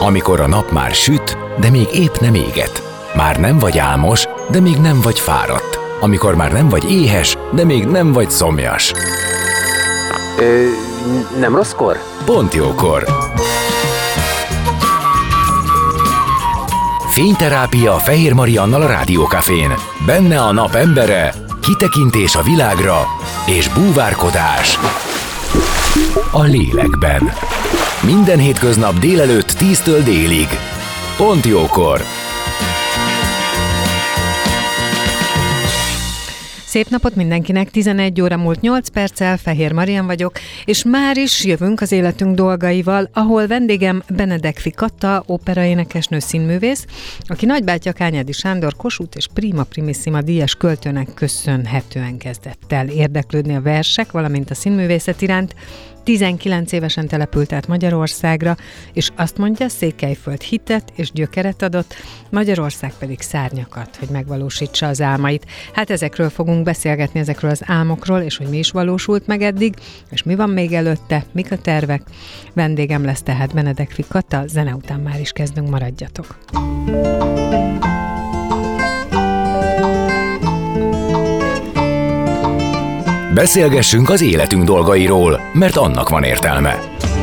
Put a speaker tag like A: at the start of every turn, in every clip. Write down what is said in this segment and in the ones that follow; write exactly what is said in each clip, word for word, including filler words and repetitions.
A: Amikor a nap már süt, de még épp nem éget. Már nem vagy álmos, de még nem vagy fáradt. Amikor már nem vagy éhes, de még nem vagy szomjas.
B: Ö, nem rosszkor?
A: Pont jókor. Fényterápia Fehér Mariannal a Rádiókafén. Benne a nap embere, kitekintés a világra és búvárkodás a lélekben. Minden hétköznap délelőtt tíztől délig. Pont jókor.
C: Szép napot mindenkinek, tizenegy óra múlt nyolc perccel, Fehér Marian vagyok, és már is jövünk az életünk dolgaival, ahol vendégem Benedekfi Kata, operaénekesnő, színművész, aki nagybátyja Kányádi Sándor Kossuth és Prima Primissima díjas költőnek köszönhetően kezdett el érdeklődni a versek, valamint a színművészet iránt. tizenkilenc évesen települt át Magyarországra, és azt mondja, Székelyföld hitet és gyökeret adott, Magyarország pedig szárnyakat, hogy megvalósítsa az álmait. Hát ezekről fogunk beszélgetni, ezekről az álmokról, és hogy mi is valósult meg eddig, és mi van még előtte, mik a tervek. Vendégem lesz tehát Benedekfi Kata, zene után már is kezdünk, maradjatok.
A: Beszélgessünk az életünk dolgairól, mert annak van értelme.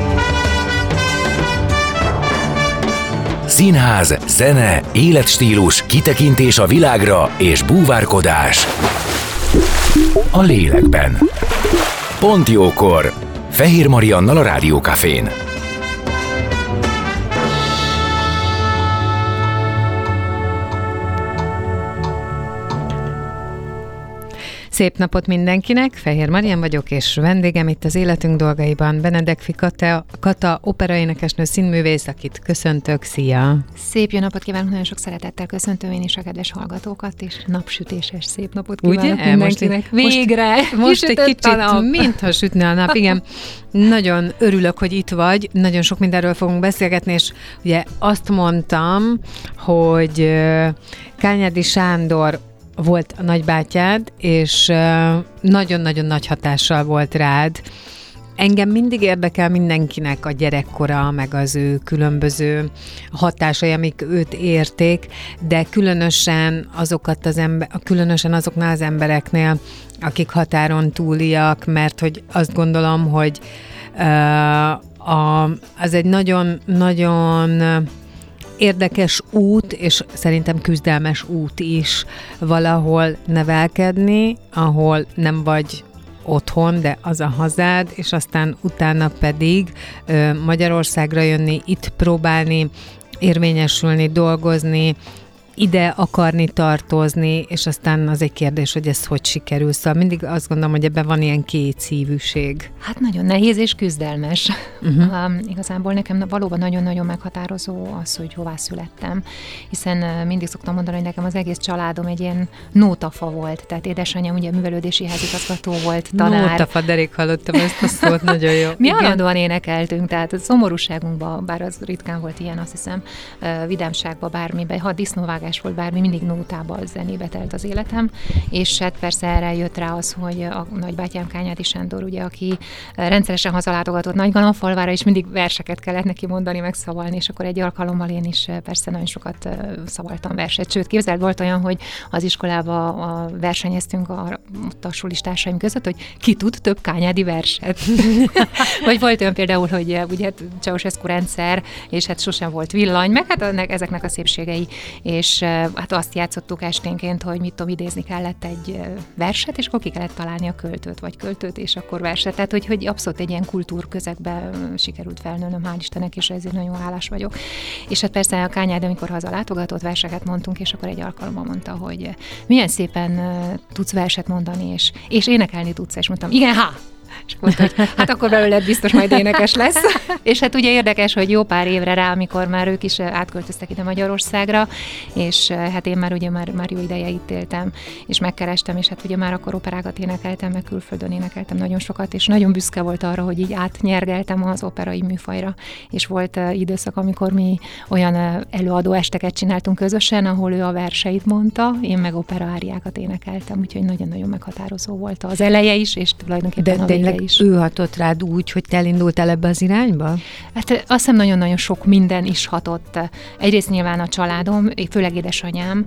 A: Színház, zene, életstílus, kitekintés a világra és búvárkodás a lélekben. Pont jókor. Fehér Mariannal a Rádiókafén.
C: Szép napot mindenkinek, Fehér Marian vagyok, és vendégem itt az életünk dolgaiban Benedekfi Kata, Kata operaénekesnő, színművész, akit köszöntök, szia!
D: Szép jó napot kívánok, nagyon sok szeretettel köszöntöm én is a kedves hallgatókat, és napsütéses szép napot kívánok Ugye? mindenkinek. Most, Végre!
C: Most, most egy kicsit, mintha sütne a nap, igen. Nagyon örülök, hogy itt vagy, nagyon sok mindenről fogunk beszélgetni, és ugye azt mondtam, hogy Kányádi Sándor volt a nagybátyád, és nagyon-nagyon nagy hatással volt rád. Engem mindig érdekel mindenkinek a gyerekkora, meg az ő különböző hatásai, amik őt érték, de különösen, azokat az ember, különösen azoknál az embereknél, akik határon túliak, mert hogy azt gondolom, hogy uh, a, az egy nagyon-nagyon érdekes út, és szerintem küzdelmes út is valahol nevelkedni, ahol nem vagy otthon, de az a hazád, és aztán utána pedig ö, Magyarországra jönni, itt próbálni érvényesülni, dolgozni, ide akarni tartozni, és aztán az egy kérdés, hogy ez hogy sikerül. Szóval mindig azt gondolom, hogy ebben van ilyen kétszívűség.
D: Hát nagyon nehéz és küzdelmes. Uh-huh. Um, igazából nekem valóban nagyon-nagyon meghatározó az, hogy hová születtem, hiszen uh, mindig szoktam mondani, hogy nekem az egész családom egy ilyen nótafa volt, tehát édesanyám ugye művelődési házigazgató volt, tanár.
C: Nótafa, derék hallottam ezt a szót, nagyon jó.
D: Mi állandóan énekeltünk, tehát a szomorúságunkban, bár az ritkán volt ilyen, azt hiszem, uh, vidámságban, bármiben, ha disznóvágás volt bármi, mindig nótába, zenébe telt az életem, és hát persze erre jött rá az, hogy a nagybátyám Kányádi Sándor, ugye, aki rendszeresen hazalátogatott Nagygalamfalvára, és mindig verseket kellett neki mondani, megszavalni, és akkor egy alkalommal én is persze nagyon sokat szavaltam verset. Sőt, képzeld, volt olyan, hogy az iskolába versenyeztünk a, ott a sulistársaim között, hogy ki tud több kányádi verset. Vagy volt olyan például, hogy ugye Ceausescu rendszer, és hát sosem volt villany, meg hát ennek, ezeknek a szépségei, és és hát azt játszottuk esténként, hogy mit tudom, idézni kellett egy verset, és akkor ki kellett találni a költőt, vagy költőt, és akkor verset. Tehát, hogy, hogy abszolút egy ilyen kultúrközegbe sikerült felnőnöm, hál' Istennek, és ezért nagyon hálás vagyok. És hát persze a Kányád, amikor haza látogatott, verseket mondtunk, és akkor egy alkalommal mondta, hogy milyen szépen tudsz verset mondani, és, és énekelni tudsz, és mondtam, igen, há! És mondta, hogy hát akkor belőled biztos majd énekes lesz. És hát ugye érdekes, hogy jó pár évre rá, amikor már ők is átköltöztek ide Magyarországra, és hát én már ugye már, már jó ideje itt éltem, és megkerestem, és hát ugye már akkor operákat énekeltem, meg külföldön énekeltem nagyon sokat, és nagyon büszke volt arra, hogy így átnyergeltem az operai műfajra. És volt időszak, amikor mi olyan előadó esteket csináltunk közösen, ahol ő a verseit mondta, én meg opera áriákat énekeltem, úgyhogy nagyon-nagyon meghatározó volt az eleje is, és tulajdonképpen
C: de, esetleg
D: is.
C: ő hatott rád úgy, hogy te elindultál ebbe az irányba?
D: Hát azt hiszem nagyon-nagyon sok minden is hatott. Egyrészt nyilván a családom, főleg édesanyám,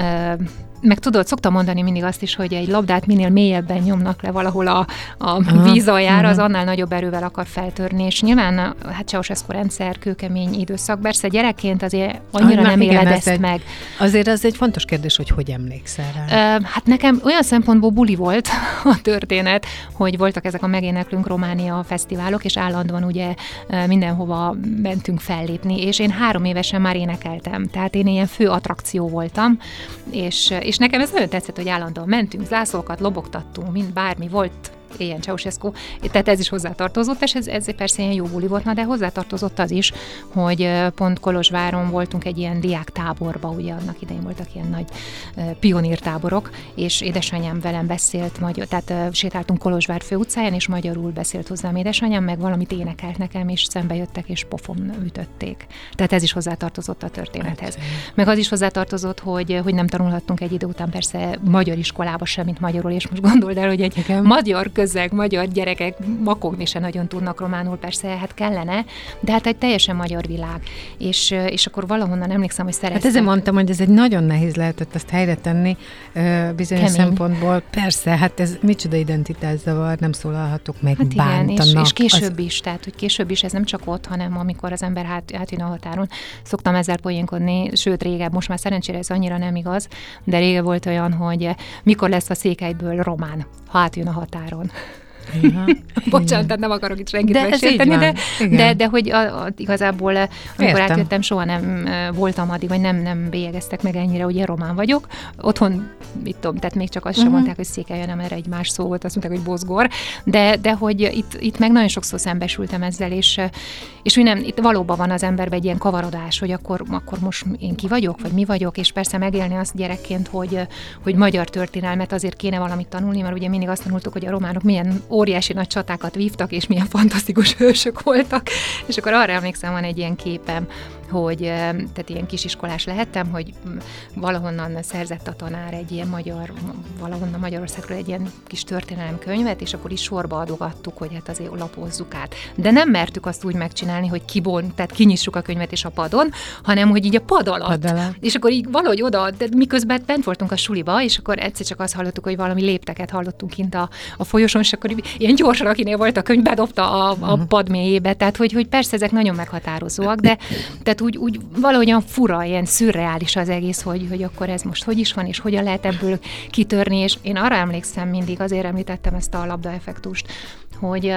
D: meg tudod, szoktam mondani mindig azt is, hogy egy labdát minél mélyebben nyomnak le valahol a, a víz aljára, az annál nagyobb erővel akar feltörni, és nyilván hát Ceausescu rendszer, kőkemény időszak, persze gyerekként azért annyira ah, nem igen, éled ezt egy, meg.
C: Azért az egy fontos kérdés, hogy hogy emlékszel rá?
D: Hát nekem olyan szempontból buli volt a történet, hogy voltak ezek a Megéneklünk Románia fesztiválok, és állandóan ugye mindenhova mentünk fellépni, és én három évesen már énekeltem, tehát én ilyen fő attrakció voltam, és És nekem ez nagyon tetszett, hogy állandóan mentünk, zászlókat lobogtattunk, mind bármi volt, ilyen Ceausescu, tehát ez is hozzátartozott, és ez, ez persze ilyen jó buli volt, de hozzátartozott az is, hogy pont Kolozsváron voltunk egy ilyen diáktáborba, ugye annak idején voltak ilyen nagy pionírtáborok, és édesanyám velem beszélt, magyar, tehát sétáltunk Kolozsvár főutcáján, és magyarul beszélt hozzám édesanyám, meg valamit énekelt nekem, és szembe jöttek, és pofon ütötték. Tehát ez is hozzátartozott a történethez. Meg az is hozzátartozott, hogy, hogy nem tanulhattunk egy idő után persze magyar iskolába sem, mint magyarul, és most gondold el, hogy egy igen. magyar közeg, magyar gyerekek makogni se nagyon tudnak románul, persze, hát kellene, de hát egy teljesen magyar világ. És, és akkor valahonnan emlékszem, hogy szerettem.
C: Hát ezért mondtam, hogy ez egy nagyon nehéz lehetett ezt helyre tenni bizonyos
D: Kemény.
C: Szempontból. Persze, hát ez micsoda identitászavar, nem szólalhatok meg,
D: hát igen,
C: bántanak.
D: és, és később
C: az...
D: is, tehát hogy később is ez nem csak ott, hanem amikor az ember hát, átjön a határon. Szoktam ezzel poénkodni, sőt régebb, most már szerencsére ez annyira nem igaz, de régen volt olyan, hogy mikor lesz a Székelyből román, ha átjön a határon.
C: Uh-huh.
D: Bocsánat, tehát nem akarok itt senkit megsérteni, de, de, de hogy a, a, igazából, amikor Értem. átjöttem, soha nem voltam addig, vagy nem, nem bélyegeztek meg ennyire, hogy én román vagyok. Otthon, mit tudom, tehát még csak azt uh-huh. sem mondták, hogy Székely, nem, erre egy más szó volt, azt mondták, hogy bozgor, de, de hogy itt, itt meg nagyon sokszor szembesültem ezzel, és, és úgy nem, itt valóban van az emberben egy ilyen kavarodás, hogy akkor, akkor most én ki vagyok, vagy mi vagyok, és persze megélni azt gyerekként, hogy, hogy magyar történelmet azért kéne valamit tanulni, mert ugye mindig azt tanultuk, hogy a románok milyen óriási nagy csatákat vívtak, és milyen fantasztikus hősök voltak, és akkor arra emlékszem, van egy ilyen képem, hogy tehát ilyen kisiskolás lehettem, hogy valahonnan szerzett a tanár egy ilyen magyar, valahonnan Magyarországról egy ilyen kis történelemkönyvet, és akkor is sorba adogattuk, hogy hát azért lapozzuk át. De nem mertük azt úgy megcsinálni, hogy kibon, tehát kinyissuk a könyvet és a padon, hanem hogy így a pad alatt. Padala. És akkor így valahogy oda, de miközben bent voltunk a suliba, és akkor egyszer csak azt hallottuk, hogy valami lépteket hallottunk kint a, a folyosón, és akkor ilyen gyorsan, akinél volt a könyv, bedobta a, a pad mélyébe. Tehát, hogy, hogy persze ezek nagyon meghatározóak, de tehát úgy, úgy valahogyan fura, ilyen szürreális az egész, hogy, hogy akkor ez most hogy is van, és hogyan lehet ebből kitörni, és én arra emlékszem mindig, azért említettem ezt a labdaeffektust, hogy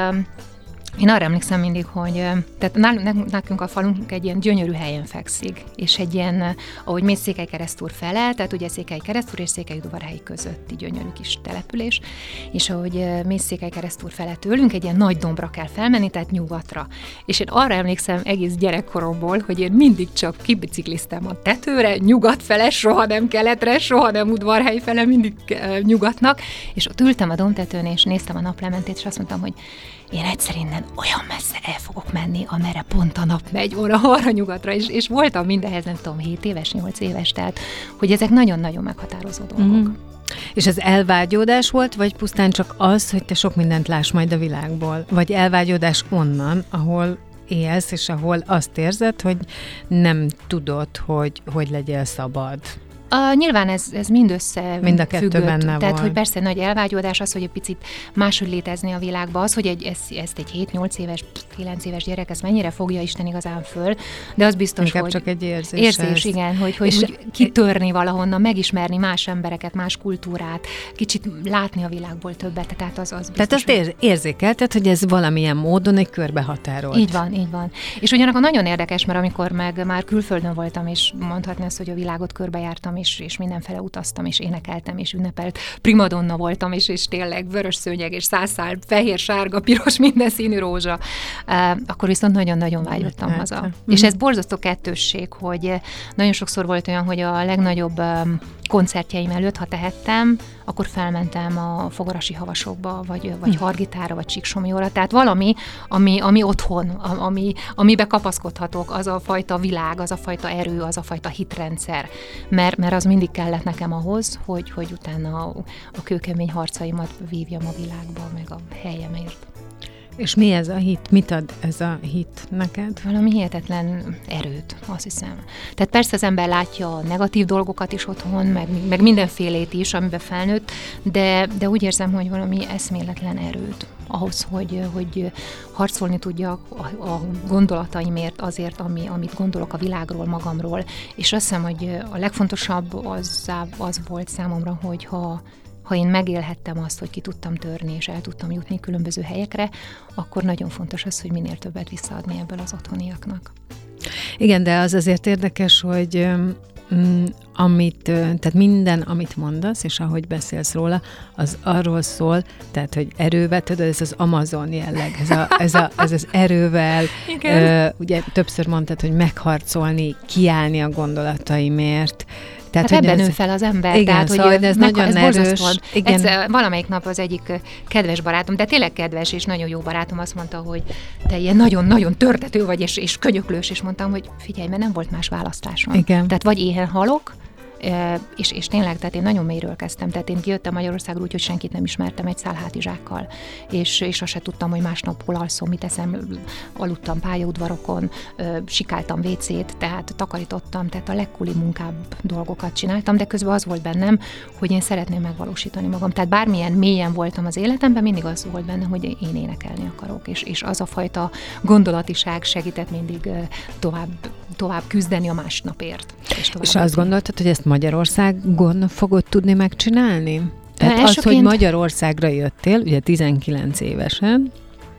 D: én arra emlékszem mindig, hogy tehát nálunk, nekünk a falunk egy ilyen gyönyörű helyen fekszik, és egy ilyen, ahogy mész Székelykeresztúr fele, tehát ugye Székelykeresztúr és Székelyudvarhely közötti gyönyörű kis település, és ahogy mész Székelykeresztúr fele tőlünk, egy ilyen nagy dombra kell felmenni, tehát nyugatra. És én arra emlékszem egész gyerekkoromból, hogy én mindig csak kibicikliztem a tetőre, nyugat fele, soha nem keletre, soha nem Udvarhely fele, mindig nyugatnak, és ott ültem a dombtetőn, és néztem a naplementét, és azt mondtam, hogy én egyszer innen olyan messze el fogok menni, amerre pont a nap megy, óra arra nyugatra, és, és voltam mindenhez, nem tudom, hét éves, nyolc éves, tehát, hogy ezek nagyon-nagyon meghatározó dolgok. Mm.
C: És az elvágyódás volt, vagy pusztán csak az, hogy te sok mindent láss majd a világból? Vagy elvágyódás onnan, ahol élsz, és ahol azt érzed, hogy nem tudod, hogy hogy legyél szabad?
D: Uh, nyilván ez, ez mind össze
C: Mind a kettő
D: függött.
C: benne
D: Tehát,
C: volt.
D: hogy persze nagy elvágyódás az, hogy egy picit máshogy létezni a világba, az, hogy egy, ezt, ezt egy hét-nyolc éves, kilenc éves gyerek, ezt mennyire fogja Isten igazán föl, de az biztos,
C: Inkább
D: hogy...
C: csak egy érzés.
D: Érzés,
C: ez.
D: igen, hogy, hogy, hogy kitörni valahonnan, megismerni más embereket, más kultúrát, kicsit látni a világból többet, tehát az, az biztos.
C: Tehát azt ér- érzékelted, hogy ez valamilyen módon egy körbe határolt.
D: Így van, így van. És ugyanakkor nagyon érdekes, mert amikor meg már külföldön voltam, és mondhatni azt, hogy a világot körbejártam, és, és mindenfele utaztam, és énekeltem, és ünnepelt primadonna voltam, és, és tényleg vörös szőnyeg, és száz szál, fehér, sárga, piros, minden színű rózsa. Uh, akkor viszont nagyon-nagyon vágyottam haza. Mm. És ez borzasztó kettősség, hogy nagyon sokszor volt olyan, hogy a legnagyobb um, koncertjeim előtt, ha tehettem, akkor felmentem a Fogarasi Havasokba, vagy, vagy Hargitára, vagy Csíksomlyóra, tehát valami, ami, ami otthon, ami, amibe kapaszkodhatok, az a fajta világ, az a fajta erő, az a fajta hitrendszer, mert, mert az mindig kellett nekem ahhoz, hogy, hogy utána a, a kőkemény harcaimat vívjam a világba, meg a helyemért.
C: És mi ez a hit? Mit ad ez a hit neked?
D: Valami hihetetlen erőt, azt hiszem. Tehát persze az ember látja a negatív dolgokat is otthon, meg, meg mindenfélét is, amiben felnőtt, de, de úgy érzem, hogy valami eszméletlen erőt ahhoz, hogy, hogy harcolni tudjak a, a gondolataimért, azért, ami, amit gondolok a világról, magamról. És azt hiszem, hogy a legfontosabb az, az volt számomra, hogy ha Ha én megélhettem azt, hogy ki tudtam törni, és el tudtam jutni különböző helyekre, akkor nagyon fontos az, hogy minél többet visszaadni ebből az otthoniaknak.
C: Igen, de az azért érdekes, hogy mm, amit, tehát minden, amit mondasz, és ahogy beszélsz róla, az arról szól, tehát, hogy erővel, tudod, ez az Amazon jelleg, ez, a, ez, a, ez az erővel, ö, ugye többször mondtad, hogy megharcolni, kiállni a gondolataimért.
D: Tehát, hát ebben nő fel az ember.
C: Igen,
D: tehát,
C: szóval,
D: hogy
C: ez
D: meg,
C: nagyon
D: ez
C: erős. Igen.
D: Ez, valamelyik nap az egyik kedves barátom, de tényleg kedves és nagyon jó barátom azt mondta, hogy te ilyen nagyon-nagyon törtető vagy, és, és könyöklős, és mondtam, hogy figyelj, mert nem volt más választásom.
C: Igen.
D: Tehát vagy éhen halok, és, és tényleg, tehát én nagyon mélyről kezdtem, tehát én kijöttem Magyarországról úgy, hogy senkit nem ismertem egy szál hátizsákkal, és, és azt se tudtam, hogy másnap hol alszom, mit eszem, aludtam pályaudvarokon, sikáltam vécét, tehát takarítottam, tehát a legkuli munkább dolgokat csináltam, de közben az volt bennem, hogy én szeretném megvalósítani magam, tehát bármilyen mélyen voltam az életemben, mindig az volt bennem, hogy én énekelni akarok, és, és az a fajta gondolatiság segített mindig tovább, tovább küzdeni a másnapért. És,
C: és azt gondoltad, hogy ezt Magyarországon fogod tudni megcsinálni? Tehát az,
D: Elsőként...
C: hogy Magyarországra jöttél, ugye tizenkilenc évesen,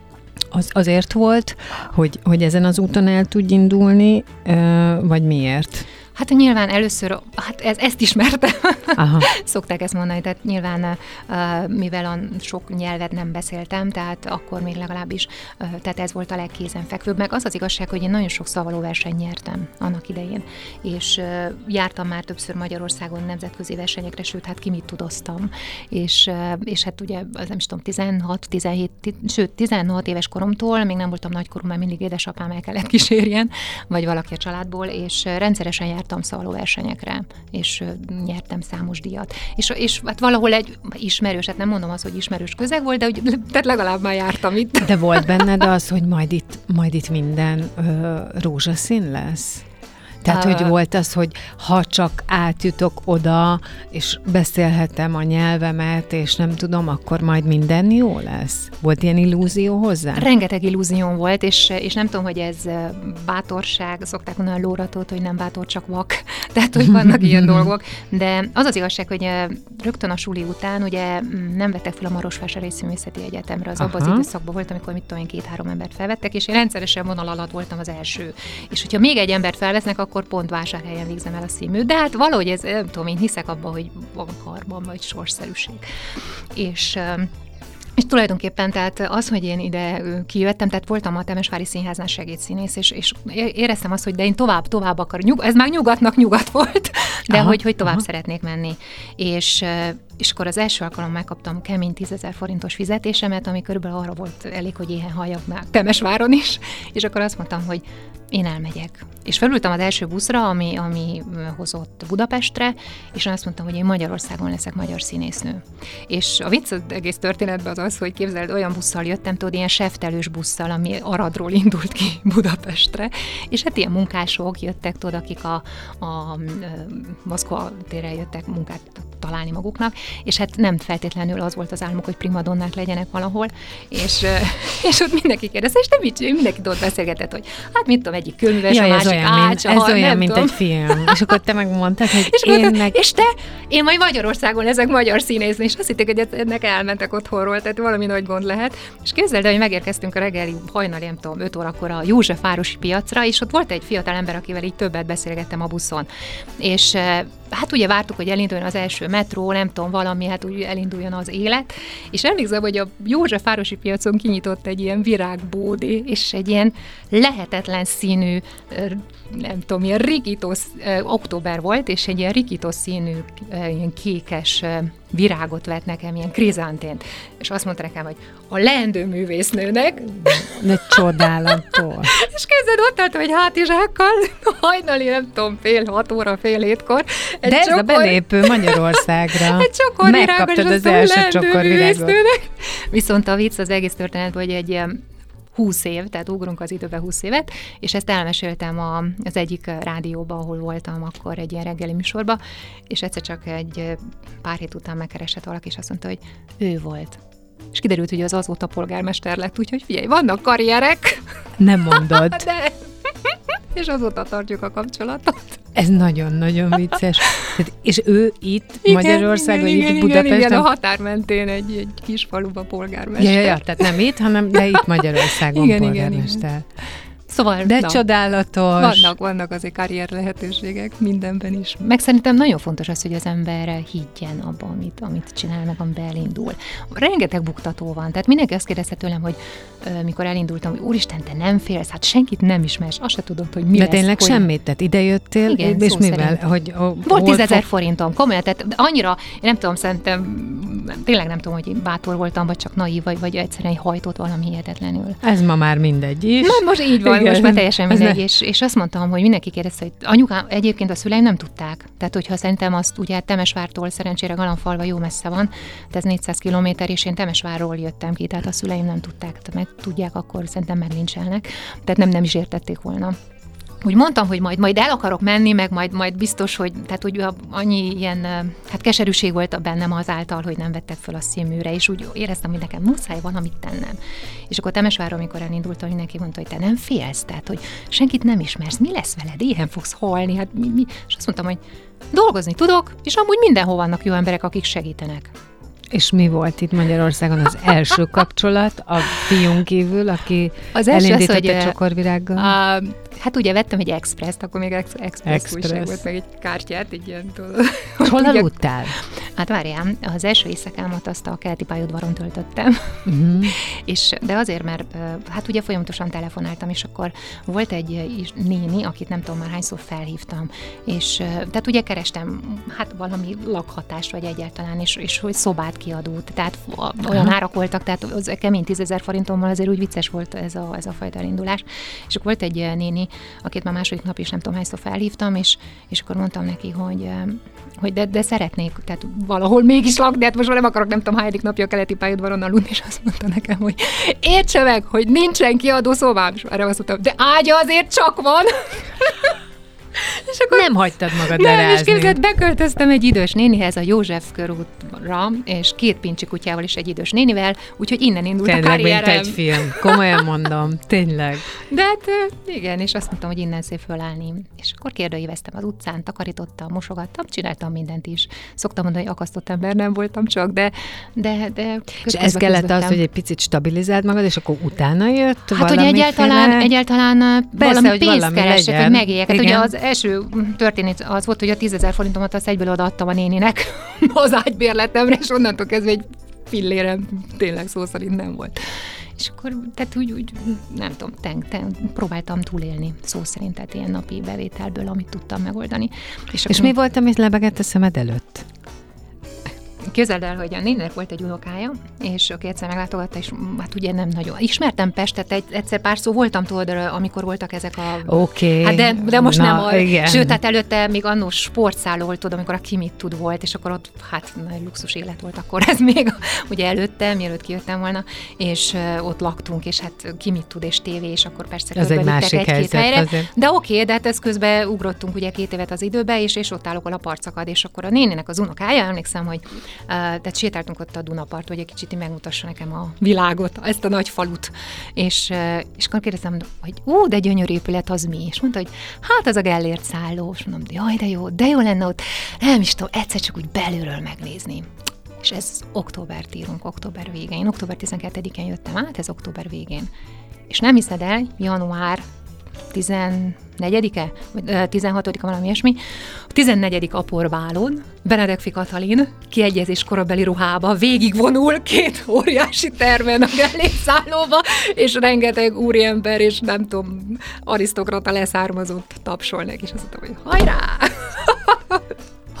C: az azért volt, hogy, hogy ezen az úton el tudj indulni, vagy miért?
D: Hát nyilván először, hát ez, ezt ismertem.
C: Aha.
D: Szokták ezt mondani, tehát nyilván uh, mivel a sok nyelvet nem beszéltem, tehát akkor még legalábbis, uh, tehát ez volt a legkézenfekvőbb. Meg az az igazság, hogy én nagyon sok szavalóversenyt nyertem annak idején, és uh, jártam már többször Magyarországon nemzetközi versenyekre, sőt, hát ki mit tudoztam, és, uh, és hát ugye, az nem is tudom, tizenhat, tizenhét, sőt, tizenhat éves koromtól, még nem voltam nagykorú, mert mindig édesapám el kellett kísérjen, vagy valaki a családból, és uh, rendszeresen jártam szavalóversenyekre, és nyertem számos díjat. És, és hát valahol egy ismerős, hát nem mondom azt, hogy ismerős közeg volt, de úgy, tehát legalább már jártam itt.
C: De volt benned az, hogy majd itt, majd itt minden ö, rózsaszín lesz? Tehát, hogy volt az, hogy ha csak átjutok oda, és beszélhetem a nyelvemet, és nem tudom, akkor majd minden jó lesz? Volt ilyen illúzió hozzá?
D: Rengeteg illúzióm volt, és, és nem tudom, hogy ez bátorság, szokták mondani a lóratót, hogy nem bátor, csak vak. Tehát, hogy vannak ilyen dolgok. De az az igazság, hogy rögtön a suli után ugye nem vettek fel a Marosvásárhelyi Színművészeti Egyetemre. Az abban az időszakban volt, amikor mit tudom én, két-három embert felvettek, és én rendszeresen vonal alatt voltam az első. És hogyha még egy embert felvesznek, akkor pont Vásárhelyen végzem el a színműt, de hát valahogy ez, nem tudom, én hiszek abban, hogy van karban, vagy sorszerűség. És És tulajdonképpen tehát az, hogy én ide kijöttem, tehát voltam a Temesvári Színháznál segédszínész, és, és éreztem azt, hogy de én tovább, tovább akarok. Nyug, ez már nyugatnak nyugat volt, de aha, hogy, hogy tovább aha. szeretnék menni. És, és akkor az első alkalommal megkaptam kemény tízezer forintos fizetésemet, ami körülbelül arra volt elég, hogy éhen halljak már Temesváron is, és akkor azt mondtam, hogy én elmegyek. És felültem az első buszra, ami, ami hozott Budapestre, és azt mondtam, hogy én Magyarországon leszek magyar színésznő. És a vicc az egész történetben az az, hogy képzeld, olyan busszal jöttem, tudod, ilyen seftelős busszal, ami Aradról indult ki Budapestre, és hát ilyen munkások jöttek, tudod, akik a, a Moszkva térre jöttek munkát találni maguknak, és hát nem feltétlenül az volt az álmuk, hogy primadonnák legyenek valahol, és, és ott mindenki kérdezte, és nem így, mindenki ott beszélgetett, hogy hát mit tudom, egyik könyves, ja, a másik
C: olyan,
D: ács,
C: mint, ez
D: ha,
C: olyan, mint
D: tudom.
C: egy film. És akkor te megmondtad, hogy
D: és
C: én
D: mondtad,
C: meg...
D: És te? Én majd Magyarországon leszek magyar színésznő, és azt hitték, hogy ennek elmentek otthonról, tehát valami nagy gond lehet. És képzeld el, hogy megérkeztünk a reggeli hajnali, nem tudom, öt órakor a Józsefvárosi piacra, és ott volt egy fiatal ember, akivel így többet beszélgettem a buszon. És hát ugye vártuk, hogy elinduljon az első metró, nem tudom, valami, hát úgy elinduljon az élet, és emlékszem, hogy a Józsefvárosi piacon kinyitott egy ilyen virágbódé, és egy ilyen lehetetlen színű, nem tudom, ilyen rikítós, október volt, és egy ilyen rikítós színű, ilyen kékes virágot vett nekem, ilyen krizantént, és azt mondta nekem, hogy a leendő művésznőnek.
C: De csodálatos.
D: És képzeld, ott álltam egy hátizsákkal, hajnali, nem tudom, fél hat óra, fél hétkor.
C: De ez csokor, a belépő Magyarországra.
D: Egy csokor virágos,
C: megkaptad az első csokor virágot.
D: Viszont a vicc az egész történet, hogy egy ilyen húsz év, tehát ugrunk az időbe húsz évet, és ezt elmeséltem a, az egyik rádióba, ahol voltam akkor egy ilyen reggeli műsorba, és egyszer csak egy pár hét után megkeresett valaki, és azt mondta, hogy ő volt. És kiderült, hogy az azóta polgármester lett, úgyhogy figyelj, vannak karrierek.
C: Nem mondod.
D: De. És azóta tartjuk a kapcsolatot.
C: Ez nagyon-nagyon vicces. Tehát, és ő itt
D: igen,
C: Magyarországon,
D: igen,
C: itt
D: igen,
C: Budapesten?
D: Igen, a határ mentén egy, egy kis faluba polgármester.
C: Ja, ja, tehát nem itt, hanem de itt Magyarországon igen, polgármester. Igen, igen.
D: Szóval,
C: de
D: na,
C: csodálatos.
D: Vannak, vannak azért karrier lehetőségek mindenben is. Meg szerintem nagyon fontos az, hogy az ember higgyen abban, amit, amit csinál, meg amiben elindul. Rengeteg buktató van, tehát mindenki azt kérdezte tőlem, hogy uh, mikor elindultam, hogy úristen, te nem félsz, hát senkit nem ismersz, azt se tudod, hogy mi
C: de
D: lesz.
C: De tényleg
D: hogy...
C: semmit, tehát idejöttél,
D: igen,
C: és mivel? Hogy, oh,
D: volt tízezer forintom, komolyan, tehát annyira, én nem tudom, szerintem, tényleg nem tudom, hogy bátor voltam, vagy csak naív, vagy, vagy egyszerűen hajtott valami hihetetlenül.
C: Ez ma már mindegy is.
D: Na, most így van.
C: Igen.
D: Most már teljesen mindegy, és, és azt mondtam, hogy mindenki kérdezte, hogy anyukám, egyébként a szüleim nem tudták. Tehát, hogyha szerintem azt ugye Temesvártól szerencsére Galamfalva jó messze van, de ez négyszáz kilométer, és én Temesvárról jöttem ki, tehát a szüleim nem tudták, tehát meg tudják, akkor szerintem meglincselnek. Tehát nem, nem is értették volna. Úgy mondtam, hogy majd, majd el akarok menni, meg majd, majd biztos, hogy, tehát hogy annyi ilyen, hát keserűség volt bennem azáltal, hogy nem vettek fel a színműre, és úgy éreztem, hogy nekem muszáj valamit tennem. És akkor Temesvárról, amikor elindultam, mindenki mondta, hogy te nem félsz, tehát hogy senkit nem ismersz, mi lesz veled, éhen fogsz halni, hát mi, mi? És azt mondtam, hogy dolgozni tudok, és amúgy mindenhol vannak jó emberek, akik segítenek.
C: És mi volt itt Magyarországon az első kapcsolat a fiún kívül, aki az elindított egy csokorvirággal? A,
D: hát ugye vettem egy expresszt, akkor még ex- express, express újság volt, meg egy kártyát, egy ilyen...
C: Hol aludtál?
D: Hát várjál, az első éjszakámat azt a keleti pályaudvaron töltöttem. Uh-huh. és, de azért, mert hát ugye folyamatosan telefonáltam, és akkor volt egy néni, akit nem tudom már hányszor felhívtam, és tehát ugye kerestem hát valami lakhatást, vagy egyáltalán, és, és hogy szobát kiadót, tehát olyan Aha. árak voltak, tehát az kemény tízezer forintommal azért úgy vicces volt ez a, ez a fajta elindulás. És akkor volt egy néni, akit már második nap is nem tudom hányszor felhívtam, és, és akkor mondtam neki, hogy, hogy de, de szeretnék, tehát valahol mégis lakni, hát most már nem akarok nem tudom hányadik napja a keleti pályaudvaron aludni, és azt mondta nekem, hogy értse meg, hogy nincsen kiadó szobám, és erre azt mondtam, de ágya azért csak van.
C: És akkor nem hagytad magad
D: nem,
C: lerázni.
D: És képzeld, beköltöztem egy idős nénihez a József körútra, és két pincsi kutyával és egy idős nénivel, úgyhogy innen indult
C: tényleg,
D: a karrierem.
C: Tényleg, mint egy film. Komolyan mondom, tényleg.
D: De hát igen, és azt mondtam, hogy innen szép fölállni. És akkor kérdőíveztem az utcán, takarítottam, mosogattam, csináltam mindent is. Szoktam mondani, hogy akasztott ember nem voltam csak, de... de, de
C: és ez kellett az, hogy egy picit stabilizáld magad, és akkor utána jött
D: hát ugye egyáltalán, egyáltalán
C: Persze,
D: valami
C: hogy
D: pénzt
C: valami
D: keresek,
C: legyen.
D: hogy megéljek. Hát
C: igen.
D: ugye az első történet az volt, hogy a tízezer forintomat azt egyből odaadtam a néninek az ágybérletemre, és onnantól kezdve egy fillérem tényleg szó szerint nem volt. És akkor, tehát úgy, úgy nem tudom, ten, ten, próbáltam túlélni szó szerint, tehát ilyen napi bevételből, amit tudtam megoldani.
C: És, és mi volt, amit lebegett a szemed előtt?
D: Képzeld el, hogy a néninek volt egy unokája, és aki egyszer meglátogatta, és hát ugye nem nagyon. Ismertem Pestet, egy, egyszer pár szó voltam tudod, amikor voltak ezek a...
C: Oké. Okay.
D: Hát de, de most
C: Na,
D: nem. A,
C: igen.
D: Sőt, hát előtte még annó sportszálló volt, tudom, amikor a Kimit tud volt, és akkor ott hát nagy luxus élet volt akkor ez még, ugye előtte, mielőtt kijöttem volna, és uh, ott laktunk, és hát Kimit tud, és tévé, és akkor persze
C: ez egy másik
D: egy-két
C: helyzet
D: helyre.
C: Azért.
D: De oké, okay, de hát ez közben ugrottunk ugye két évet az időbe, és, és ott állok a parcakad, és akkor a néninek az unokája, emlékszem, hogy uh, tehát sétáltunk ott a Dunapart, hogy egy kicsit megmutassa nekem a világot, ezt a nagy falut. És, és akkor kérdeztem, hogy ú, de gyönyörű épület, az mi? És mondta, hogy hát az a Gellért szálló. És mondom, jaj, de jó, de jó lenne ott, nem is tudom, egyszer csak úgy belülről megnézni. És ez októbert írunk, október végén. Én október tizenkettedikén jöttem át, ez október végén. És nem hiszed el, január tizennegyedike, vagy tizenhatodika, valami ilyesmi, a tizennegyedik aporbálon Benedekfi Katalin kiegyezés korabeli ruhába végigvonul két óriási termen a Gellért szállóba, és rengeteg úriember, és nem tudom, arisztokrata leszármazott tapsol neki, és azt mondtam, hogy hajrá!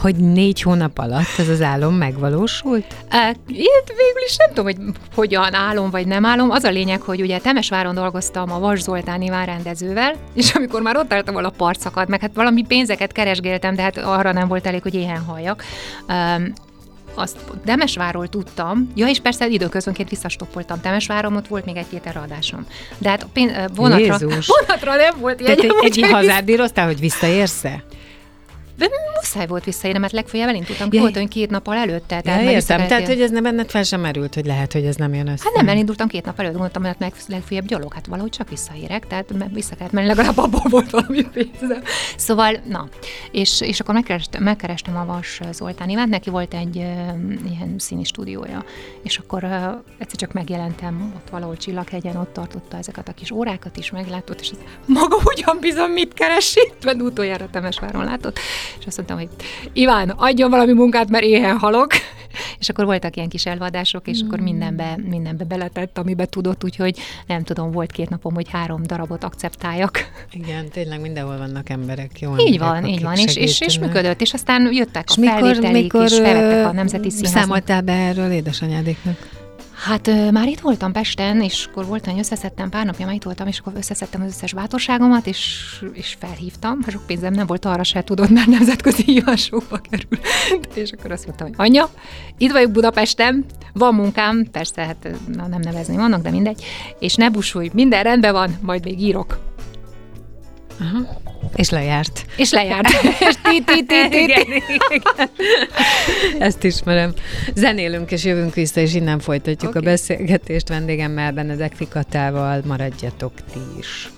C: hogy négy hónap alatt ez az álom megvalósult?
D: Én végül is nem tudom, hogy hogyan álom vagy nem álom. Az a lényeg, hogy ugye Temesváron dolgoztam a Vas Zoltán Iván rendezővel, és amikor már ott álltam, a partszakad, meg hát valami pénzeket keresgéltem, de hát arra nem volt elég, hogy éhen halljak. Um, azt Temesvárról tudtam, ja, és persze időközönként visszastoppoltam Temesváron, ott volt még egy-két eradásom. De hát pénz, vonatra, vonatra nem volt ilyen.
C: Tehát egy, egy hazádíroztál, hogy visszaérsz-e?
D: De muszáj volt visszaérni, mert legfeljebb elindultam költön két nappal előtte.
C: Tehát, ja, értem, tehát hogy ez nem benned fel sem merült, hogy lehet, hogy ez nem jön össze.
D: Hát nem, elindultam két nap előtt, gondoltam, mert meg legfeljebb gyalog, hát valahogy csak visszaérek, tehát vissza kellett menni, legalább abból volt valami pénzem. Szóval, na, és, és akkor megkerestem, megkerestem a Vas Zoltán Ivánt, neki volt egy uh, ilyen színi stúdiója, és akkor uh, egyszer csak megjelentem ott valahol Csillaghegyen, ott tartotta ezeket a kis órákat is, meglátott, és az, maga ugyan bizony mit keres itt, mert utoljára Temesváron látott. És azt mondtam, hogy Iván, adjon valami munkát, mert éhen halok. És akkor voltak ilyen kis előadások, és mm. akkor mindenbe, mindenbe beletett, amibe tudott, úgyhogy nem tudom, volt két napom, hogy három darabot akceptáljak.
C: Igen, tényleg mindenhol vannak emberek, jó
D: Így
C: emberek,
D: van, így van, és, és, és működött, és aztán jöttek a
C: és
D: felvételik,
C: mikor,
D: és felvettek a Nemzeti Színházban.
C: Számoltál be erről édesanyádéknak?
D: Hát ö, már itt voltam Pesten, és akkor voltam, hogy összeszedtem, pár napja már itt voltam, és akkor összeszedtem az összes bátorságomat, és, és felhívtam. Hát sok pénzem nem volt, arra se tudod, mert nemzetközi hívásokba kerül. És akkor azt mondtam, hogy anya, itt vagyok Budapesten, van munkám, persze, hát na, nem nevezni vannak, de mindegy, és ne busulj, minden rendben van, majd még írok.
C: Aha. És lejárt.
D: És lejárt. És ti, ti, ti, ti, ti.
C: Ezt ismerem. Zenélünk és jövünk vissza, és innen folytatjuk okay. a beszélgetést vendégemmel, Benedek Fikatával. Maradjatok ti is.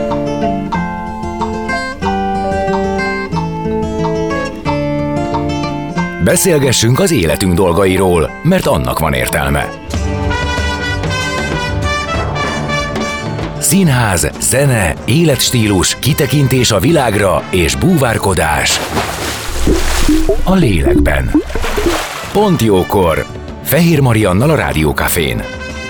A: Beszélgessünk az életünk dolgairól, mert annak van értelme. Színház, zene, életstílus, kitekintés a világra és búvárkodás a lélekben. Pont jókor! Fehér Mariannal a Rádió Cafén.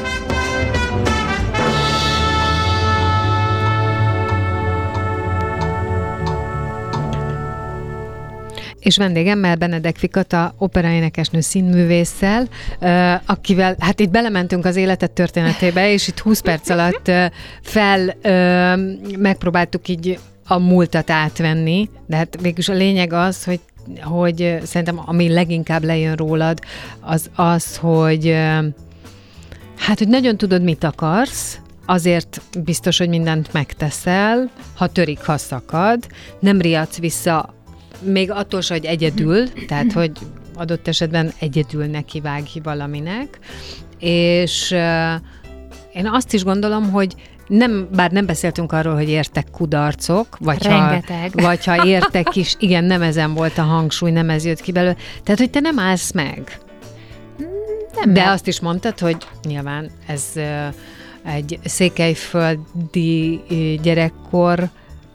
C: És vendégemmel Benedek Fikata, operaénekesnő színművésszel, akivel, hát itt belementünk az életed történetébe, és itt húsz perc alatt fel megpróbáltuk így a múltat átvenni, de hát végülis a lényeg az, hogy, hogy szerintem ami leginkább lejön rólad, az az, hogy hát, hogy nagyon tudod, mit akarsz, azért biztos, hogy mindent megteszel, ha törik, ha szakad, nem riadsz vissza, még attól se, hogy egyedül, tehát, hogy adott esetben egyedül nekivágj valaminek, és uh, én azt is gondolom, hogy nem, bár nem beszéltünk arról, hogy értek kudarcok, vagy ha, vagy ha értek is, igen, nem ezen volt a hangsúly, nem ez jött ki belőle, tehát, hogy te nem állsz meg. Nem De meg. Azt is mondtad, hogy nyilván ez uh, egy székelyföldi gyerekkor,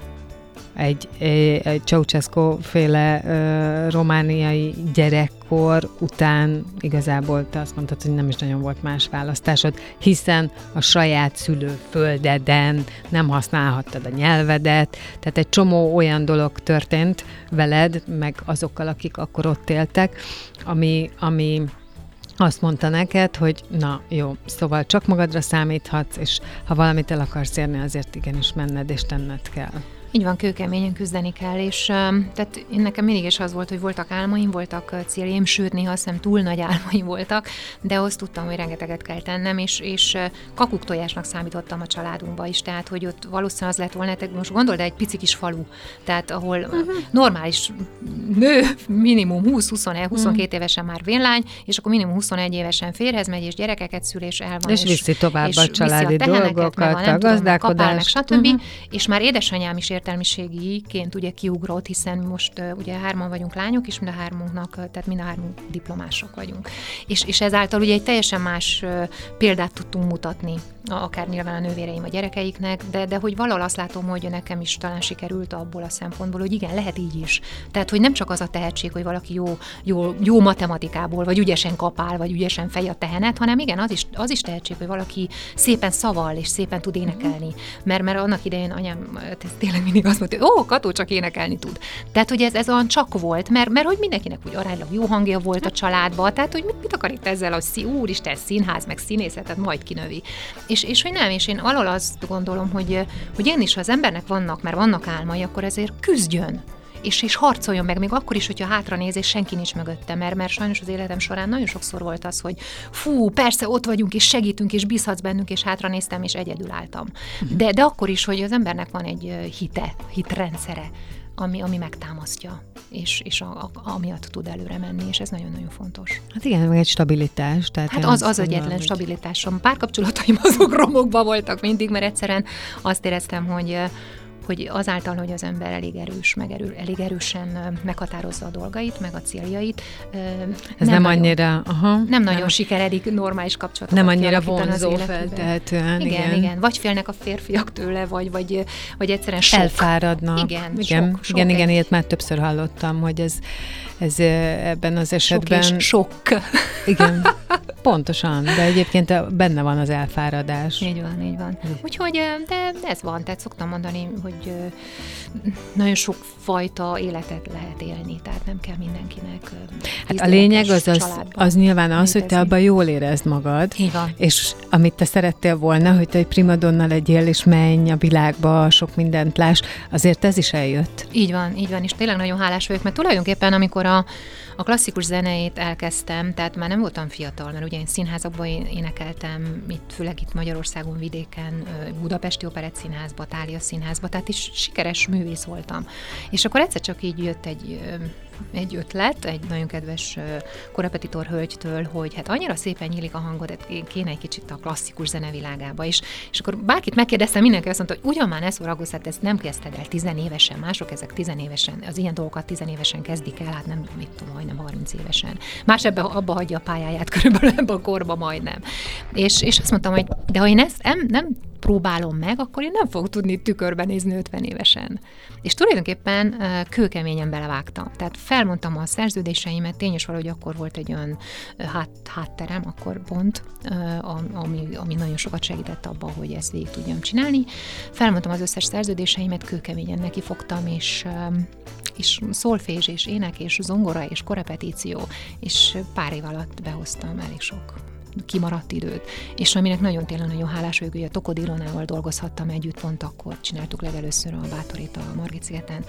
C: egy, egy Ceausescu-féle uh, romániai gyerekkor után igazából te azt mondtad, hogy nem is nagyon volt más választásod, hiszen a saját szülőföldeden nem használhattad a nyelvedet, tehát egy csomó olyan dolog történt veled, meg azokkal, akik akkor ott éltek, ami, ami azt mondta neked, hogy na jó, szóval csak magadra számíthatsz, és ha valamit el akarsz érni, azért igenis menned és tenned kell.
D: Így van, kőkeményen küzdeni kell, és tehát én nekem mindig is az volt, hogy voltak álmaim, voltak céljaim, sőt, néha azt hiszem túl nagy álmaim voltak, de azt tudtam, hogy rengeteget kell tennem, és, és kakuktojásnak számítottam a családunkba is, tehát, hogy ott valószínűleg az lett volna, most gondold, egy pici kis falu, tehát ahol uh-huh. normális nő, minimum húsz-huszonegy, huszonkét uh-huh. évesen már vénlány, és akkor minimum huszonegy évesen férhez megy, és gyerekeket szül, és el van.
C: És, és viszi tovább és a családi a dolgokat, a gazdálkodást.
D: Stb. Uh-huh. És már édesanyám is értelmiségiként ugye kiugrott, hiszen most uh, ugye hárman vagyunk lányok, és mind a hármunknak, tehát mind a hármunk diplomások vagyunk. És, és ezáltal ugye egy teljesen más uh, példát tudtunk mutatni, akár nyilván a nővéreim a gyerekeiknek, de, de hogy valahol azt látom, hogy nekem is talán sikerült abból a szempontból, hogy igen, lehet így is. Tehát, hogy nem csak az a tehetség, hogy valaki jó, jó, jó matematikából, vagy ügyesen kapál, vagy ügyesen fej a tehenet, hanem igen, az is, az is tehetség, hogy valaki szépen szaval, és szépen tud énekelni. Mert, mert annak idején anyám, ez tényleg mindig azt mondta, hogy ó, Kató csak énekelni tud. Tehát, hogy ez, ez olyan csak volt, mert, mert hogy mindenkinek úgy aránylag jó hangja volt a családban, tehát, hogy mit, mit akar itt ezzel, hogy szí, úristen, színház, meg színészetet majd kinövi. És, és hogy nem, és én alól azt gondolom, hogy, hogy én is, ha az embernek vannak, mert vannak álmai, akkor ezért küzdjön. És, és harcoljon meg, még akkor is, hogyha hátra néz, és senki nincs mögötte, mert, mert sajnos az életem során nagyon sokszor volt az, hogy fú, persze ott vagyunk, és segítünk, és bízhatsz bennünk, és hátra néztem, és egyedül álltam. De, de akkor is, hogy az embernek van egy hite, hitrendszere, ami, ami megtámasztja, és, és a, a, amiatt tud előre menni, és ez nagyon-nagyon fontos.
C: Hát igen, meg egy stabilitás. Tehát
D: hát az az egyetlen hogy... stabilitásom. Párkapcsolataim azok romokban voltak mindig, mert egyszerűen azt éreztem, hogy hogy azáltal, hogy az ember elég erős, meg erő, elég erősen meghatározza a dolgait, meg a céljait.
C: Ez nem, nem annyira, aha,
D: nem nagyon nem. sikeredik normális kapcsolatot.
C: Nem annyira vonzó feltehetően.
D: Igen, igen, igen. Vagy félnek a férfiak tőle, vagy, vagy, vagy egyszerűen sok.
C: Elfáradnak.
D: Igen,
C: igen,
D: sok, sok
C: igen, igen,
D: egy...
C: ilyet már többször hallottam, hogy ez, ez ebben az esetben...
D: Sok és sok.
C: Igen, pontosan, de egyébként benne van az elfáradás.
D: Így van, így van. Úgyhogy, de ez van, tehát szoktam mondani, hogy nagyon sok fajta életet lehet élni, tehát nem kell mindenkinek.
C: Hát a lényeg az, az, az nyilván az, létezni. Hogy te abban jól érezd magad,
D: így van.
C: És amit te szerettél volna, hogy te egy primadonna legyél, és menj a világba, sok mindent láss, azért ez is eljött.
D: Így van, így van, és tényleg nagyon hálás vagyok, mert tulajdonképpen amikor a, a klasszikus zenét elkezdtem, tehát már nem voltam fiatal, mert ugye én színházakban énekeltem, itt, főleg itt Magyarországon vidéken, Budapesti Operett Színházba, Thália Színházba, tehát is sikeres művész voltam. És akkor egyszer csak így jött egy, egy ötlet, egy nagyon kedves korepetitor hölgytől, hogy hát annyira szépen nyílik a hangod, hogy kéne egy kicsit a klasszikus zenevilágába is. És akkor bárkit megkérdeztem, mindenki azt mondta, hogy ugyan már ne szórakozz, hát ezt nem kezdted el tizenévesen, mások ezek tizenévesen, az ilyen dolgokat tizenévesen kezdik el, hát nem, mit tudom, majdnem harminc évesen. Más ebbe, abba hagyja a pályáját, körülbelül ebbe a korba majdnem. És, és azt mondtam, hogy de ha én ezt nem, nem próbálom meg, akkor én nem fogok tudni tükörben nézni ötven évesen. És tulajdonképpen kőkeményen belevágtam. Tehát felmondtam a szerződéseimet, tényes valahogy akkor volt egy olyan hát, hátterem, akkor pont, ami, ami nagyon sokat segített abban, hogy ezt végig tudjam csinálni. Felmondtam az összes szerződéseimet, kőkeményen nekifogtam, és és szolfés, és ének, és zongora, és korepetíció, és pár év alatt behoztam elég sok kimaradt időt, és aminek nagyon tényleg nagyon hálás vagyok, hogy a Tokod Ilonával dolgozhattam együtt, pont akkor csináltuk legelőször a Bátorít a Margit-szigeten.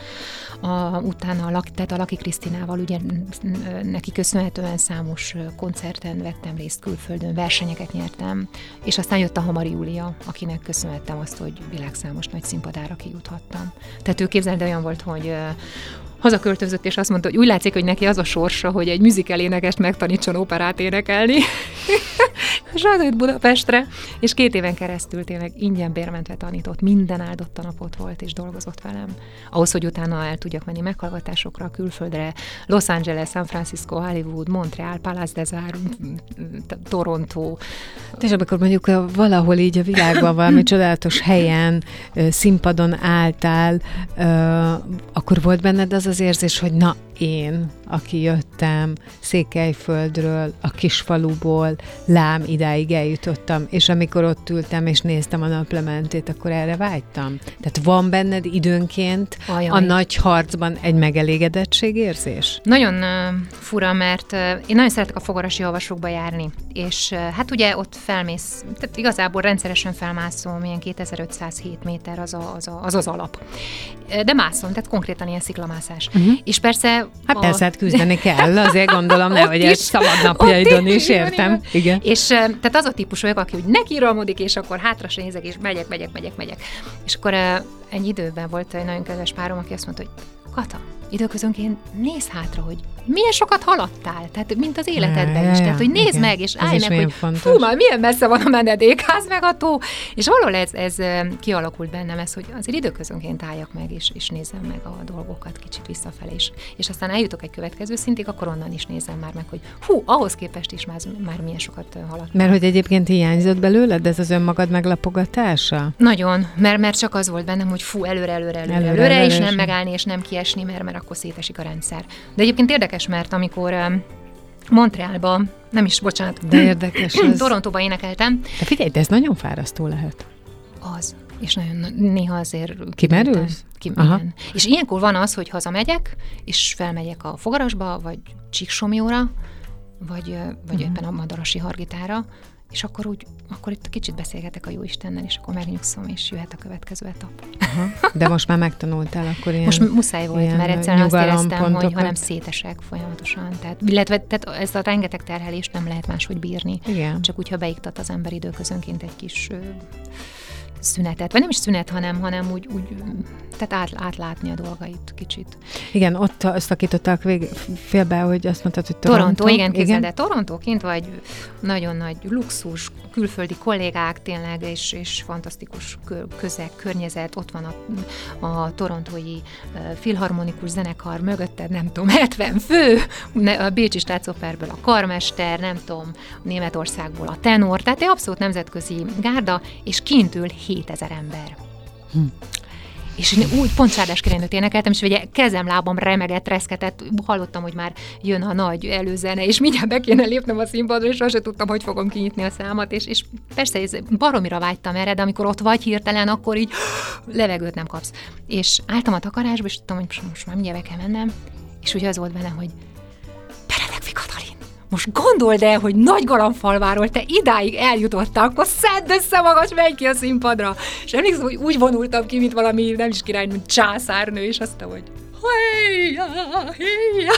D: A, utána a, Laki, tehát a Laki Krisztinával, ugye neki köszönhetően számos koncerten vettem részt külföldön, versenyeket nyertem, és aztán jött a Hamari Júlia, akinek köszönhettem azt, hogy világszámos nagy színpadára kijuthattam. Tehát ő képzeld, de olyan volt, hogy hazaköltözött, és azt mondta, hogy úgy látszik, hogy neki az a sorsa, hogy egy musical énekest megtanítson operát énekelni. És hazajött Budapestre, és két éven keresztül tényleg ingyen bérmentve tanított, minden áldott a napot volt, és dolgozott velem. Ahhoz, hogy utána el tudjak menni meghallgatásokra, külföldre, Los Angeles, San Francisco, Hollywood, Montreal, Palace des Arts, Toronto.
C: És amikor mondjuk valahol így a világban valami csodálatos helyen, színpadon álltál, akkor volt benned az az érzés, hogy na, én, aki jöttem Székelyföldről, a kisfaluból, lám idáig eljutottam, és amikor ott ültem, és néztem a naplementét, akkor erre vágytam. Tehát van benned időnként Ajaj. a nagy harcban egy megelégedettségérzés?
D: Nagyon uh, fura, mert uh, én nagyon szeretek a fogarasi havasokba járni, és uh, hát ugye ott felmész, tehát igazából rendszeresen felmászom, ilyen kétezer-ötszázhét méter az, a, az, a, az az alap. De mászom, tehát konkrétan ilyen sziklamászás. Uh-huh. És persze
C: Hát a... persze, hát küzdeni kell, azért gondolom, ne, hogy ez szabad napjaidon is, értem. Igen.
D: És tehát az a típus vagyok, aki úgy nekiralmodik, és akkor hátra se nézek, és megyek, megyek, megyek, megyek. És akkor egy időben volt egy nagyon kedves párom, aki azt mondta, hogy Kata, időközönként nézz hátra, hogy milyen sokat haladtál, tehát mint az életedben
C: ja,
D: is,
C: ja,
D: tehát hogy nézd
C: igen.
D: meg, és állj meg, hogy
C: fontos.
D: Fú, már milyen messze van a menedékház meg a tó, és valahol ez, ez kialakult bennem ez, hogy azért időközönként álljak meg, és, és nézzem meg a dolgokat kicsit visszafelé, és, és aztán eljutok egy következő szintig, akkor onnan is nézem már meg, hogy hú, ahhoz képest is már, már milyen sokat haladtam.
C: Mert hogy egyébként hiányzott belőled ez az önmagad meglapogatása? Nagyon,
D: mert, mert csak az volt bennem, hogy fú, előre, előre, előre, előre, előre, előre és nem megállni, és nem kiesni, mert, mert akkor szétesik a rendszer. De egyébként érdekes, mert amikor Montrealban, nem is, bocsánat,
C: de érdekes ez.
D: Torontóban énekeltem.
C: De figyelj, de ez nagyon fárasztó lehet.
D: Az. és nagyon néha azért...
C: Kimerülsz?
D: Ki, igen. És ilyenkor van az, hogy hazamegyek, és felmegyek a Fogarasba, vagy Csíksomjóra, vagy, vagy uh-huh. éppen a Madarasi Hargitára, és akkor úgy, akkor itt kicsit beszélgetek a Jóistennel, és akkor megnyugszom, és jöhet a következő etap.
C: Aha. De most már megtanultál akkor ilyen...
D: Most muszáj volt, mert egyszerűen azt éreztem, hogy hanem szétesek folyamatosan. Tehát, illetve tehát ezt a rengeteg terhelést nem lehet máshogy bírni.
C: Igen.
D: Csak úgy, ha beiktat az ember időközönként egy kis ö, szünetet. Vagy nem is szünet, hanem, hanem úgy, úgy tehát át, átlátni a dolgait kicsit.
C: Igen, ott szakítottak vég, félbe, hogy azt mondtad, hogy Toronto.
D: Toronto, igen, képzeld, de Torontóként vagy nagyon nagy luxus, külföldi kollégák tényleg, és, és fantasztikus közeg, környezet, ott van a, a torontói uh, filharmonikus zenekar mögötted, nem tudom, hetven fő, a Bécsi Staatsoperből a karmester, nem tudom, Németországból a tenor, tehát egy abszolút nemzetközi gárda, és kint ül hétezer ember. Hm. És én úgy pont Csárdás királynőt énekeltem, és ugye kezem, lábam remegett, reszketett, hallottam, hogy már jön a nagy előzene, és mindjárt be kéne lépnem a színpadra, és azt tudtam, hogy fogom kinyitni a számat, és, és persze ez baromira vágytam erre, de amikor ott vagy hirtelen, akkor így levegőt nem kapsz. És álltam a takarásba, és tudtam, hogy most már mindjárt be kell mennem, és ugye az volt benne, hogy Benedek Katalin, most gondold el, hogy Nagygalamfalváról te idáig eljutottál, akkor szedd össze magad, és menj ki a színpadra. És emlékszem, hogy úgy vonultam ki, mint valami, nem is király, mint császárnő, és azt mondtam, hogy héja, héja.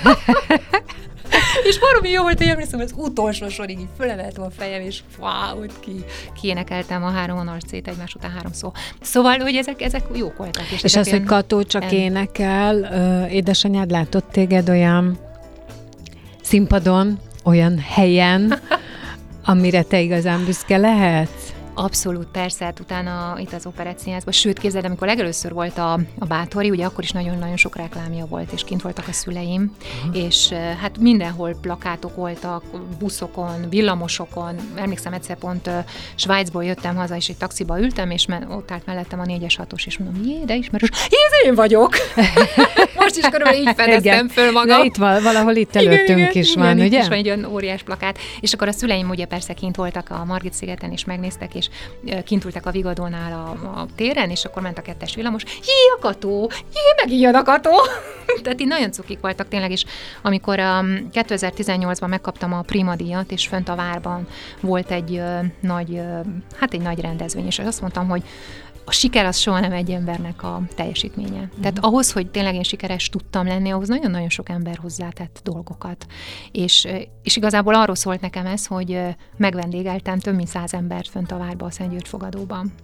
D: És valami jó volt, hogy emlékszem, az utolsó sorig így fölemeltem a fejem, és wow, ki, kiénekeltem a három honarcét egymás után három szó. Szóval, hogy ezek, ezek jók voltak. És,
C: és az, hogy Kató csak el... énekel, uh, édesanyád látott téged olyan színpadon, olyan helyen, amire te igazán büszke lehetsz?
D: Abszolút, persze, hát utána itt az Operett Színházban, sőt, képzeld, amikor legelőször volt a, a Bátori, ugye akkor is nagyon-nagyon sok reklámja volt, és kint voltak a szüleim, uh-huh. és hát mindenhol plakátok voltak, buszokon, villamosokon, emlékszem egyszer pont uh, Svájcból jöttem haza, és egy taxiba ültem, és me- ott állt mellettem a négyes hatos, és mondom, jé, de ismerős, jé, ez én vagyok! Most is körülbelül így fedeztem föl magam.
C: De itt val- valahol itt előttünk igen, is igen, van,
D: igen,
C: ugye?
D: Itt is van egy olyan óriás plakát, és akkor a szüleim ugye persze kint voltak a Margit-szigeten, és megnéztek, és kint ültek a Vigadónál a, a téren, és akkor ment a kettes villamos, jé, a Kató, jé, megint jön a Kató. Tehát így nagyon cukik voltak tényleg, és amikor um, kétezer-tizennyolcban megkaptam a Prima díjat, és fönt a várban volt egy uh, nagy, uh, hát egy nagy rendezvény, és azt mondtam, hogy a siker az soha nem egy embernek a teljesítménye. Mm. Tehát ahhoz, hogy tényleg én sikeres tudtam lenni, ahhoz nagyon-nagyon sok ember hozzátett dolgokat. És, és igazából arról szólt nekem ez, hogy megvendégeltem több mint száz embert fönt a várba, a Szentgyörgy fogadóban.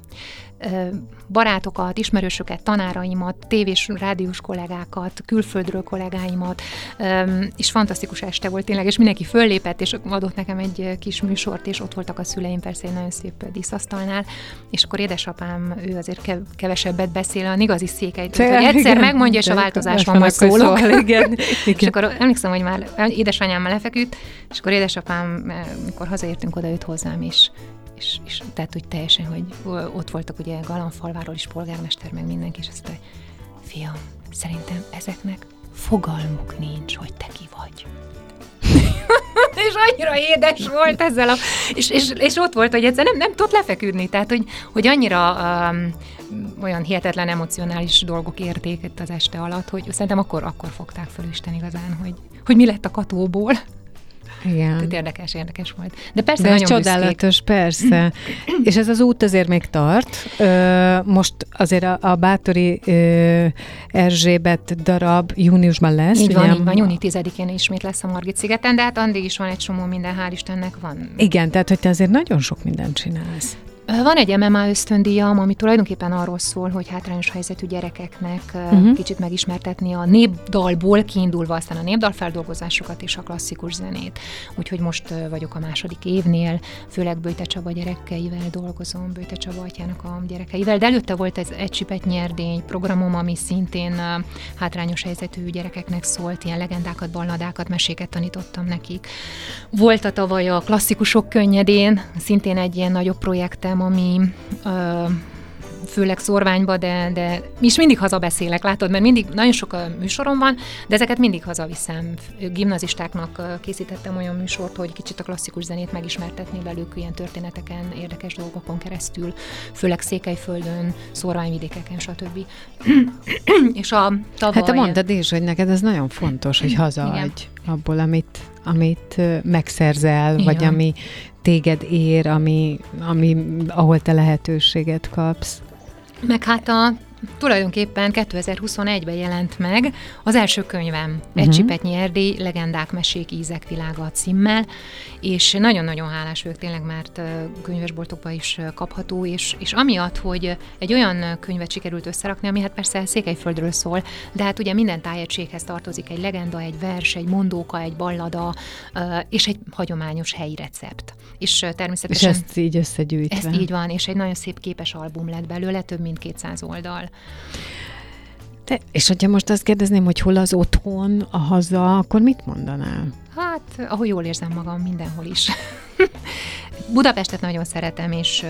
D: Barátokat, ismerősöket, tanáraimat, tévés, rádiós kollégákat, külföldről kollégáimat, és fantasztikus este volt tényleg, és mindenki föllépett, és adott nekem egy kis műsort, és ott voltak a szüleim persze egy nagyon szép díszasztalnál, és akkor édesapám, ő azért kevesebbet beszél, a igazi Székelytől, hogy egyszer igen, megmondja, és a változás van, majd szólok. Szól, igen, és akkor emlékszem, hogy már édesanyám már lefeküdt, és akkor édesapám, mikor hazaértünk, oda jött hozzám, és És, és tehát úgy teljesen, hogy ott voltak ugye Galamfalváról is polgármester, meg mindenki, és azt mondta, fiam, szerintem ezeknek fogalmuk nincs, hogy te ki vagy. És annyira édes volt ezzel a... És, és, és ott volt, hogy egyszer nem, nem tudott lefeküdni, tehát hogy, hogy annyira um, olyan hihetetlen emocionális dolgok érték itt az este alatt, hogy szerintem akkor, akkor fogták föl Isten igazán, hogy, hogy mi lett a Katóból.
C: Igen.
D: Tehát érdekes, érdekes volt. De persze
C: De
D: nagyon
C: ez csodálatos,
D: büszkék.
C: persze. És ez az út azért még tart. Ö, most azért a, a Bátori ö, Erzsébet darab júniusban lesz.
D: Így van,
C: ugye?
D: így van, június tizedikén ismét lesz a Margit-szigeten, de hát addig is van egy csomó minden, hál' Istennek van.
C: Igen, tehát hogy te azért nagyon sok mindent csinálsz.
D: Van egy em em á ösztöndíjam, ami tulajdonképpen arról szól, hogy hátrányos helyzetű gyerekeknek uh-huh. kicsit megismertetni a népdalból kiindulva, aztán a népdalfeldolgozásokat és a klasszikus zenét. Úgyhogy most vagyok a második évnél, főleg Böjte Csaba gyerekeivel dolgozom, Böjte Csaba atyának a gyerekeivel, de előtte volt ez egy Csipet nyerdény programom, ami szintén hátrányos helyzetű gyerekeknek szólt, ilyen legendákat, balladákat, meséket tanítottam nekik. Volt a tavaly a klasszikusok könnyedén, szintén egy ilyen nagyobb projektem, ami ö, főleg szorványba, de, de is mindig hazabeszélek, látod, mert mindig nagyon sok műsorom van, de ezeket mindig hazaviszem. Gimnazistáknak készítettem olyan műsort, hogy kicsit a klasszikus zenét megismertetni velük ilyen történeteken, érdekes dolgokon keresztül, főleg Székelyföldön, szorványvidékeken, stb. És a tavaly...
C: Hát te mondtad is, hogy neked ez nagyon fontos, hogy hazaadj abból, amit, amit megszerzel, igen. vagy ami téged ér, ami, ami, ahol te lehetőséget kapsz.
D: Meg hát a, tulajdonképpen kétezer-huszonegyben jelent meg az első könyvem, uh-huh. Egy Csipetnyi Erdély, legendák, mesék, ízek világa címmel, és nagyon-nagyon hálás vagyok tényleg, mert könyvesboltokban is kapható, és, és amiatt, hogy egy olyan könyvet sikerült összerakni, ami hát persze Székelyföldről szól, de hát ugye minden tájegységhez tartozik egy legenda, egy vers, egy mondóka, egy ballada, és egy hagyományos helyi recept. És természetesen...
C: És ezt így összegyűjtve.
D: Ezt így van, és egy nagyon szép képes album lett belőle, több mint kétszáz oldal.
C: Te, és hogyha most azt kérdezném, hogy hol az otthon, a haza, akkor mit mondanál?
D: Hát, ahol jól érzem magam, mindenhol is. Budapestet nagyon szeretem, és,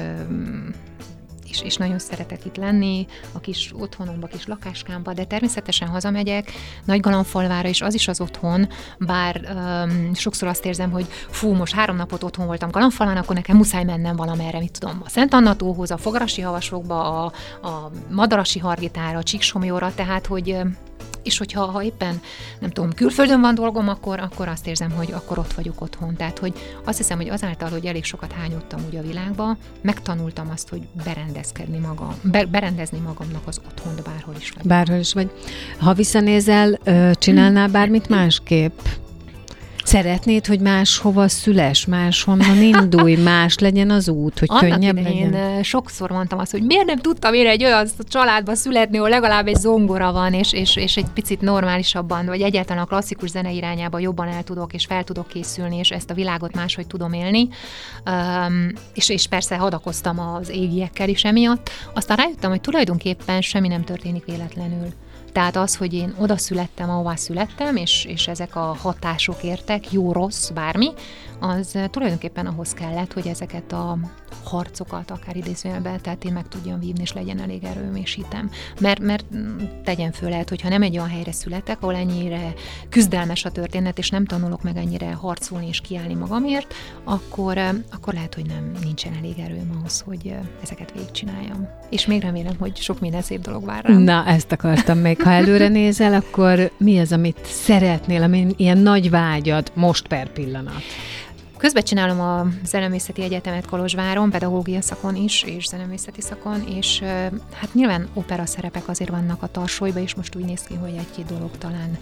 D: és, és nagyon szeretek itt lenni, a kis otthonomba, a kis lakáskámba, de természetesen hazamegyek Nagygalamfalvára, és az is az otthon, bár um, sokszor azt érzem, hogy fú, most három napot otthon voltam Galamfalván, akkor nekem muszáj mennem valamerre, mit tudom, a Szent Anna tóhoz, a Fogarasi Havasokba, a, a Madarasi Hargitára, a Csíksomlyóra, tehát, hogy és hogyha ha éppen, nem tudom, külföldön van dolgom, akkor, akkor azt érzem, hogy akkor ott vagyok otthon. Tehát, hogy azt hiszem, hogy azáltal, hogy elég sokat hányottam úgy a világba, megtanultam azt, hogy berendezkedni magam, be, berendezni magamnak az otthont, bárhol is vagy.
C: Bárhol is vagy. Ha visszanézel, csinálnál bármit másképp? Szeretnéd, hogy máshova szüles, máshonnan indulj, más legyen az út, hogy
D: annak
C: könnyebb
D: idején
C: legyen?
D: Sokszor mondtam azt, hogy miért nem tudtam én egy olyan családba születni, ahol legalább egy zongora van, és, és, és egy picit normálisabban, vagy egyáltalán a klasszikus zene irányába jobban el tudok, és fel tudok készülni, és ezt a világot máshogy tudom élni. Um, és, és persze hadakoztam az égiekkel is emiatt. Aztán rájöttem, hogy tulajdonképpen semmi nem történik véletlenül. Tehát az, hogy én oda születtem, ahová születtem, és, és ezek a hatások értek, jó, rossz, bármi, az tulajdonképpen ahhoz kellett, hogy ezeket a harcokat, akár idézőjelben, tehát én meg tudjam vívni, és legyen elég erőm és hitem. Mert, mert tegyen föl lehet, hogyha nem egy olyan helyre születek, ahol ennyire küzdelmes a történet, és nem tanulok meg ennyire harcolni és kiállni magamért, akkor, akkor lehet, hogy nem nincsen elég erőm ahhoz, hogy ezeket végigcsináljam. És még remélem, hogy sok minden szép dolog vár rám.
C: Na, ezt akartam még. Ha előre nézel, akkor mi az, amit szeretnél, ami ilyen nagy vágyad most per pillanat?
D: Közben csinálom a Zeneművészeti Egyetemet Kolozsváron, pedagógia szakon is, és zeneművészeti szakon, és hát nyilván opera szerepek azért vannak a tarsolyban, és most úgy néz ki, hogy egy-két dolog talán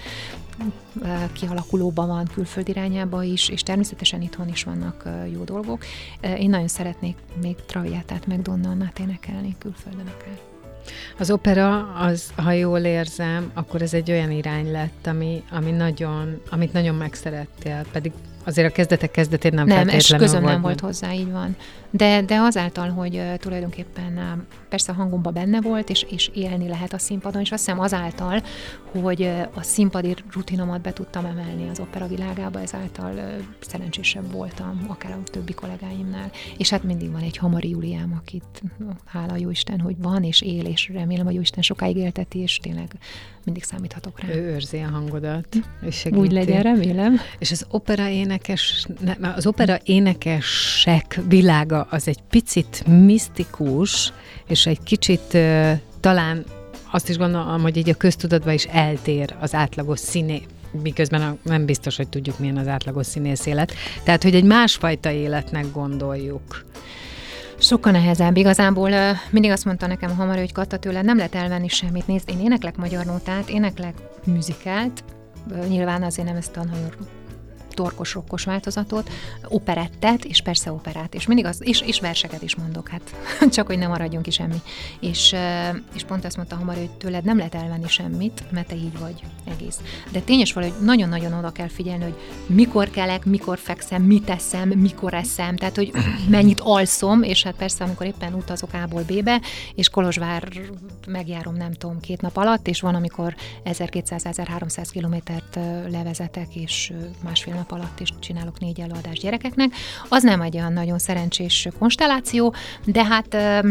D: kialakulóban van külföld irányába is, és természetesen itthon is vannak jó dolgok. Én nagyon szeretnék még Traviatát meg Donnannát énekelni külföldön akár.
C: Az opera, az, ha jól érzem, akkor ez egy olyan irány lett, ami, ami nagyon, amit nagyon megszerettél, pedig azért a kezdetek kezdetén nem, nem feltétlenül
D: volt. Nem, nem
C: volt
D: volt hozzá, így van. De, de azáltal, hogy uh, tulajdonképpen uh, persze a hangomban benne volt, és, és élni lehet a színpadon, és azt hiszem azáltal, hogy uh, a színpadi rutinomat be tudtam emelni az opera világába, ezáltal uh, szerencsésebb voltam, akár a többi kollégáimnál. És hát mindig van egy Hamari Júliám, akit hála Jóisten, hogy van, és él, és remélem, hogy Jóisten sokáig élteti, és tényleg mindig számíthatok rá.
C: Ő őrzi a hangodat, és segíti.
D: Úgy legyen, remélem.
C: És az opera énekes, az opera énekesek világa az egy picit misztikus, és egy kicsit uh, talán azt is gondolom, hogy így a köztudatban is eltér az átlagos színé, miközben a, nem biztos, hogy tudjuk, milyen az átlagos színész élet. Tehát, hogy egy másfajta életnek gondoljuk.
D: Sokkal nehezebb. Igazából uh, mindig azt mondta nekem a Hamar, hogy Katta, tőled nem lehet elvenni semmit. Nézd, én éneklek magyar nótát, éneklek műzikát, uh, nyilván azért nem ezt a nagyon torkos, rokkos változatot, operettet, és persze operát, és mindig az, és, és verseket is mondok, hát csak, hogy ne maradjon ki semmi. És, és pont azt mondta Hamar, hogy tőled nem lehet elvenni semmit, mert te így vagy egész. De tényes valahogy nagyon-nagyon oda kell figyelni, hogy mikor kelek, mikor fekszem, mit teszem, mikor eszem, tehát, hogy mennyit alszom, és hát persze, amikor éppen utazok A-ból B-be, és Kolozsvár megjárom, nem tudom, két nap alatt, és van, amikor ezerkétszáz-ezerháromszáz kilométert levezetek, és másfél nap alatt is csinálok négy előadást gyerekeknek. Az nem egy olyan nagyon szerencsés konstelláció, de hát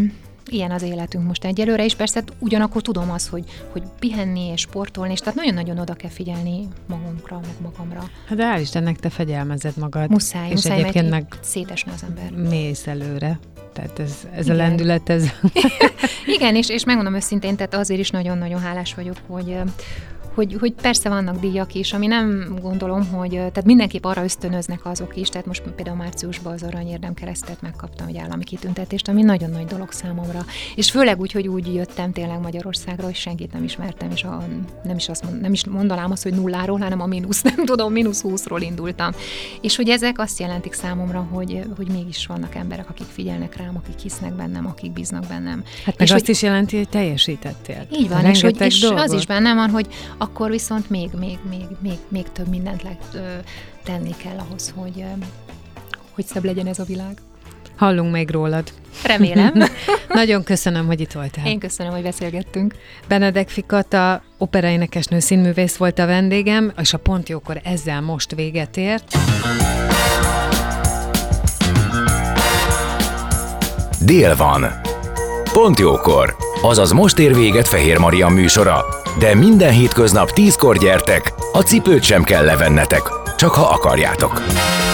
D: ilyen az életünk most egyelőre, és persze ugyanakkor tudom azt, hogy, hogy pihenni és sportolni, és tehát nagyon-nagyon oda kell figyelni magunkra, meg magamra.
C: Hát de hál' Istennek te fegyelmezed magad.
D: Muszáj,
C: és
D: muszáj,
C: egyébként
D: mert
C: meg
D: szétesne az ember.
C: mész előre. Tehát ez, ez a lendület, ez...
D: Igen, és, és megmondom őszintén, tehát azért is nagyon-nagyon hálás vagyok, hogy... Hogy, hogy persze vannak díjak is, ami nem gondolom, hogy tehát mindenképp arra ösztönöznek azok is, tehát most például márciusban az Arany Érdemkeresztet megkaptam, egy állami kitüntetést, ami nagyon nagy dolog számomra. És főleg úgy, hogy úgy jöttem tényleg Magyarországra, hogy senkit nem ismertem, és a, nem, is azt mond, nem is mondanám azt, hogy nulláról, hanem a mínusz, nem tudom, mínusz húszról indultam. És hogy ezek azt jelentik számomra, hogy, hogy mégis vannak emberek, akik figyelnek rám, akik hisznek bennem, akik bíznak bennem.
C: Hát meg
D: és
C: azt
D: hogy,
C: is jelenti, hogy teljesítettél.
D: Így van, és, hogy, és az is bennem van, hogy akkor viszont még, még, még, még, még több mindent le, ö, tenni kell ahhoz, hogy, ö, hogy szebb legyen ez a világ.
C: Hallunk még rólad.
D: Remélem.
C: Nagyon köszönöm, hogy itt voltál.
D: Én köszönöm, hogy beszélgettünk.
C: Benedek Kata, operaénekesnő, színművész volt a vendégem, és a Pont Jókor ezzel most véget ért.
A: Dél van. Pont Jókor. Azaz most ér véget Fehér Maria műsora. De minden hétköznap tízkor gyertek, a cipőt sem kell levennetek, csak ha akarjátok.